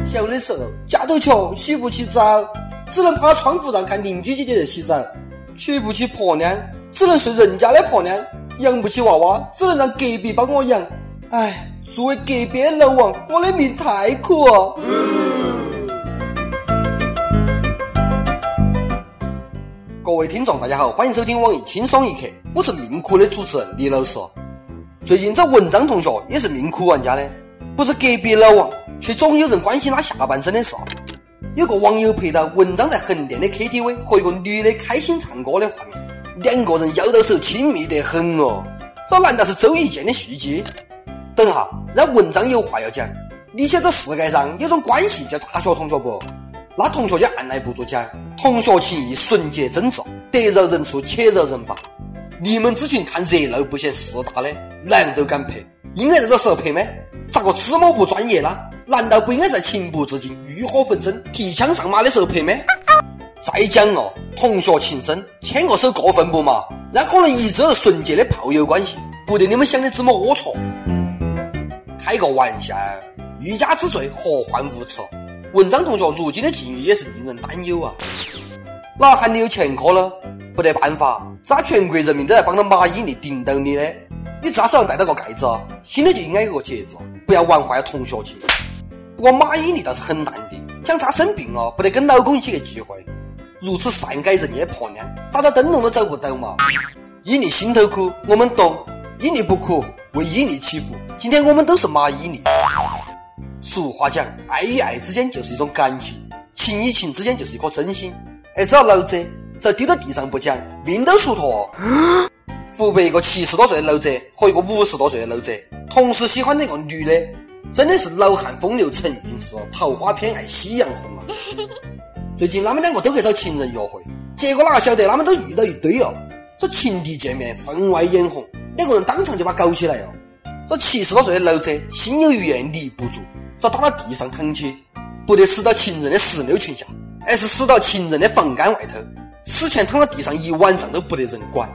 小的时候家头穷，洗不起澡，只能趴窗户上看邻居姐姐在洗澡，娶不起婆娘，只能睡人家的婆娘，养不起娃娃，只能让隔壁帮我养。唉，作为隔壁楼王，我的命太苦啊！各位听众大家好，欢迎收听网易轻松一刻，我是命苦的主持人李老师。最近这文章同学也是命苦玩家的，不是隔壁楼王，却总有人关心他下半身的事。有个网友拍到文章在横店的 KTV 和一个女的开心唱歌的画面，两个人腰到手亲密得很哦，这难道是周一见的续集？等下让文章有话要讲，你晓得这世界上有种关系叫大学同学不？那同学就按捺不住讲，同学情谊纯洁真挚，得饶人处且饶人吧。你们这群看热闹不嫌事大的，哪都敢拍，应该在这时候拍吗？咋个这么不专业啦？难道不应该在情不自禁、欲火焚身、提枪上马的时候拍吗？再讲哦，同学情深，牵个手过分不嘛？那可能一直是纯洁的炮友关系，不得你们想的这么龌龊。开个玩笑，欲加之罪，何患无辞？文章同学如今的境遇也是令人担忧啊！哪喊你有前科了？不得办法，咋全国人民都在帮着马伊琍顶到你呢？你至少戴到个盖子，心里就应该有个节制，不要玩坏同学情。不过马伊琍倒是很淡定，讲她生病了，不得跟老公一起去聚会。如此善解人意的婆娘，打到灯笼都走不到嘛！伊琍心头苦，我们懂；伊琍不苦，为伊琍祈福。今天我们都是马伊琍。俗话讲，爱与爱之间就是一种感情，情与情之间就是一颗真心。而这老者这丢到地上不讲，命都出脱。湖北一个70多岁的老者和一个50多岁的老者同时喜欢那个女的，真的是老汉风流成韵事，桃花偏爱夕阳红啊！最近他们两个都去找情人约会，结果哪晓得他们都遇到一堆哦，这情敌见面分外眼红，两个人当场就把搞起来哦。这70多岁的老者心有余而力不足，这打到地上躺起，不得死到情人的石榴裙下，而是死到情人的房间外头，死前躺到地上一晚上都不得人管。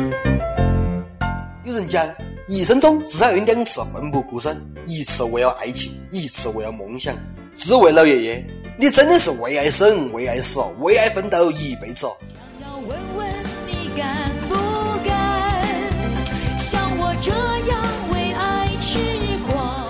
有人讲，一生中至少有2次奋不顾身，一次为了爱情，一次为了梦想。这位老爷爷，你真的是为爱生，为爱死，为爱奋斗一辈子。 要问问你敢不敢像我这样为爱痴狂？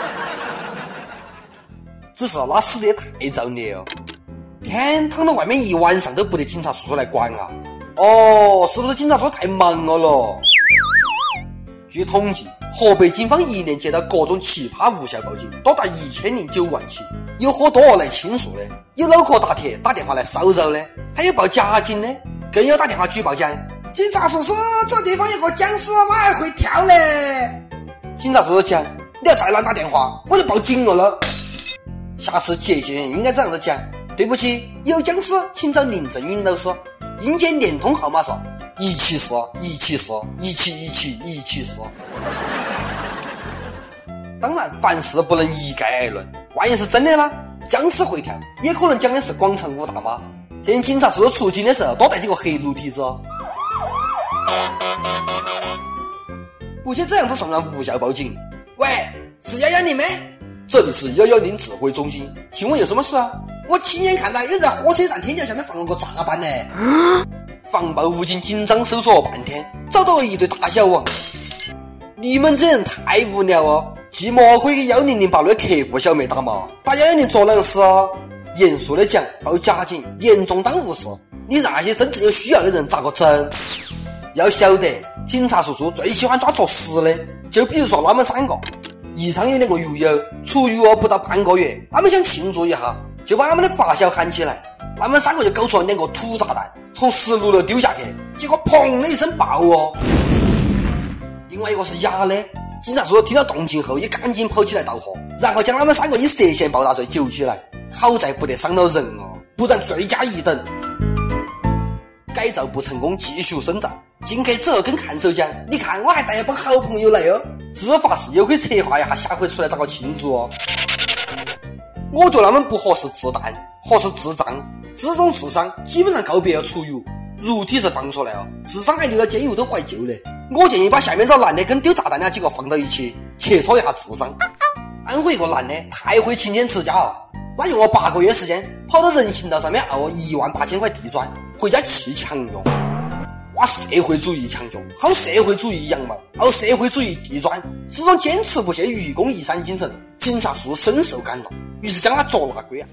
只是那死的也太造孽哦！天，躺到外面一晚上都不得警察叔叔来管啊！哦，是不是警察叔叔太忙了咯？据统计，河北警方一年接到各种奇葩无效报警多达1009万起，有喝多来倾诉的，有脑壳打铁打电话来骚扰的，还有报假警的，更有打电话举报讲，警察叔叔，这地方有个僵尸，我还会跳嘞！警察叔叔讲，你要再乱打电话，我就报警了。下次接线应该这样子讲，对不起，有僵尸，请找林正英老师，应接联通号码是174。当然，凡事不能一概而论，万一是真的啦，僵尸会跳，也可能讲的是广场舞大妈。现警察叔叔出警的时候，多带几个黑奴蹄子哦。不晓得这样子算不算无效报警？喂，是110吗？这里是110指挥中心，请问有什么事啊？我亲眼看到有人在火车站天桥下面放了个炸弹呢。防暴武警紧张搜索了半天，找到了一堆大小王。你们这人太无聊哦，寂寞可以给1008的客服小妹打嘛，打110做啷事啊？严肃的讲，报假警严重耽误事，你那些真正有需要的人咋个整？要晓得，警察叔叔最喜欢抓错实的，就比如说他们3个，宜昌有2个狱友出狱不到半个月，他们想庆祝一下，就把他们的发小喊起来，他们3个就搞出了2个土炸弹，从16楼丢下去，结果砰的一声爆哦。另外一个是哑的，警察叔叔听到动静后也赶紧跑起来道贺，然后将他们3个以涉嫌爆炸罪揪起来，好在不得伤到人哦，不然罪加一等。改造不成功，继续深造。进去之后跟看守讲，你看我还带一帮好朋友来哦，执法室又可以策划一下下回出来咋个庆祝哦。我觉得他们不合适自弹，合适智障，这种智商基本上告别了出狱，肉体是放出来哦，智商还留到监狱都怀旧的。我建议把下面这男的跟丢炸弹那几个放到一起，切磋一下智商。安徽一个男的太会勤俭持家了， 那用了8个月时间跑到人行道上面熬了18000块地砖，回家砌墙用。哇，社会主义强脚，好社会主义羊毛，熬社会主义地砖，这种坚持不懈愚公移山精神，警察叔叔深受感动，于是将他捉拿归案。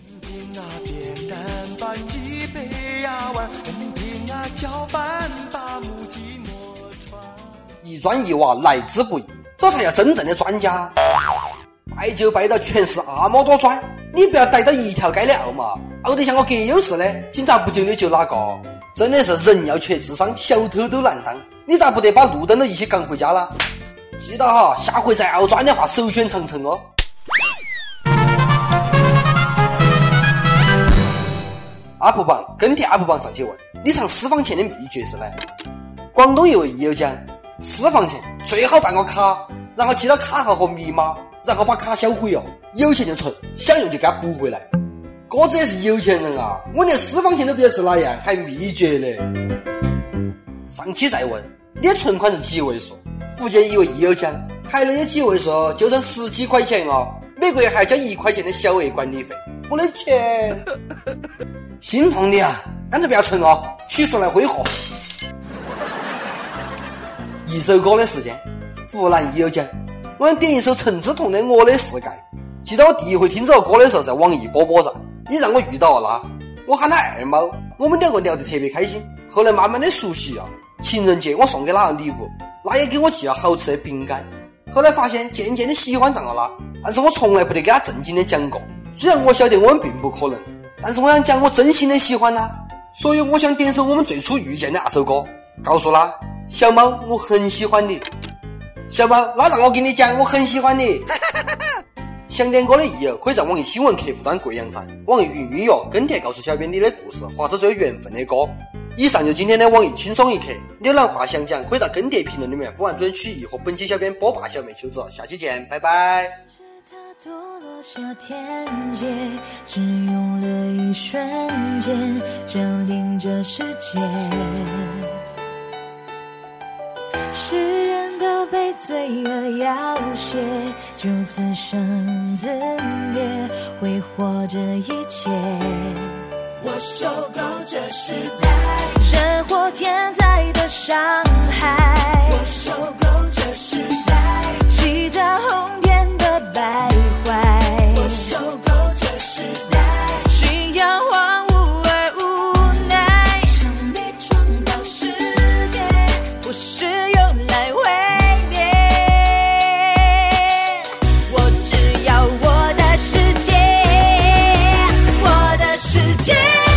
一砖一瓦来之不易，这才叫真正的专家。掰就掰到全是那么多砖，你不要逮到一条街的熬嘛，熬得像个葛优似的，警察不救你救哪个？真的是人要缺智商，小偷都难当。你咋不得把路灯都一起赶回家了？记得哈，下回再熬砖的话，手选长城哦。UP 榜跟帖 UP 榜上去问，你藏私房钱的秘诀是呢？广东有位友讲，私房钱最好办个卡，然后记到卡号和密码，然后把卡销毁哦，有钱就存，想用就给他补回来。哥子也是有钱人啊，我连私房钱都不知道是哪样，还秘诀嘞。上期再问，你的存款是几位数？福建一位友讲，还能有几位数，就剩10几块钱哦，每个月还交1块钱的小额管理费，我的钱。心痛你啊，干脆不要存哦，取出来挥霍。一首歌的时间，湖南也有讲，我想点一首陈志彤的《我的世界》。记得我第一回听这首歌的时候，在网易波波上，也让我遇到了他。我喊他二猫，我们两个聊得特别开心。后来慢慢的熟悉啊，情人节我送给他礼物，他也给我寄了好吃的饼干。后来发现渐渐的喜欢上了他，但是我从来不得给他正经的讲过。虽然我晓得我们并不可能，但是我想讲我真心的喜欢他，所以我想点首我们最初遇见的那首歌，告诉他，小猫，我很喜欢你。小猫，那让我给你讲，我很喜欢你。想点歌的益友可以在网易新闻客户端贵阳站、网易云音乐跟帖告诉小编你的故事或者最有缘分的歌。以上就今天的网易轻松一刻，浏览话想讲可以到跟帖评论里面呼唤主人曲艺和本期小编波霸小妹秋子，下期见，拜拜。 堕落下天界，只用了一瞬间降临这世界。世人都被罪恶要挟，就自生自灭，挥霍这一切。我受够这时代生活天灾的伤害，我受够这时代欺诈哄骗的败坏，我受够这时代信仰荒芜而无奈。上帝创造世界不是用来毁灭，我只要我的世界，我的世界。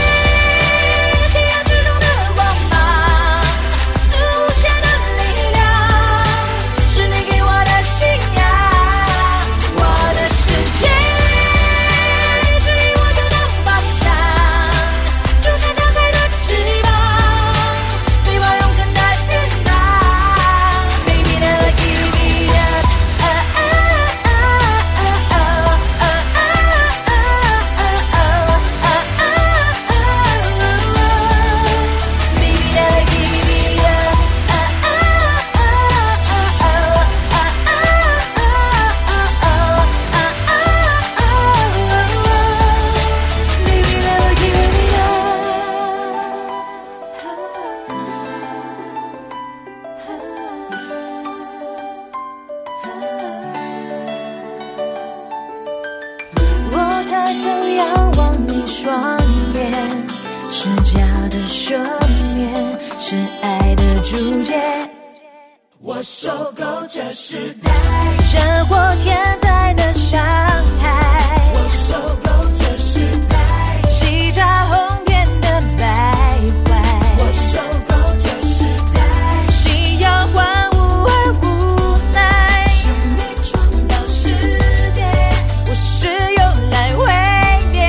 抬头仰望你双眼，是假的赦免，是爱的注解。我受够这时代生活天灾的伤害，我受够这时代欺诈哄骗的败坏，我受够这时代信仰荒芜而无奈。上帝创造世界不是用来毁灭，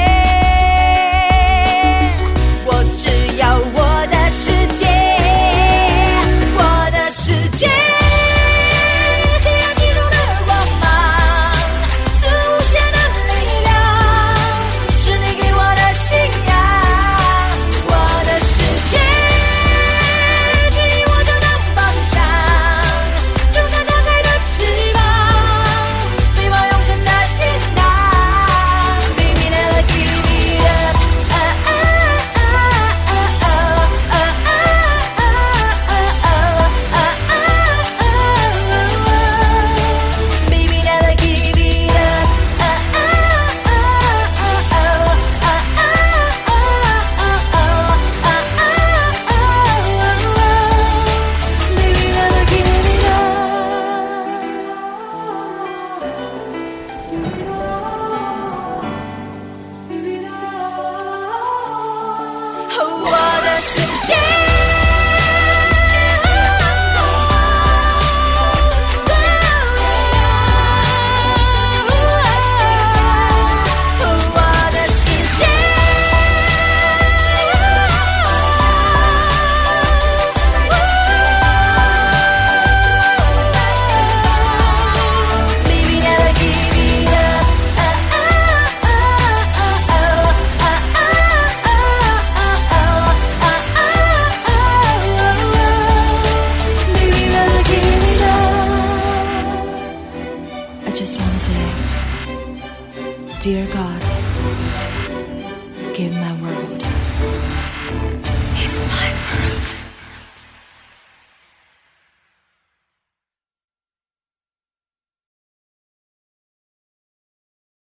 我只要我的世界，我的世界。信仰 just want to say, Dear God, give my world. It's my world.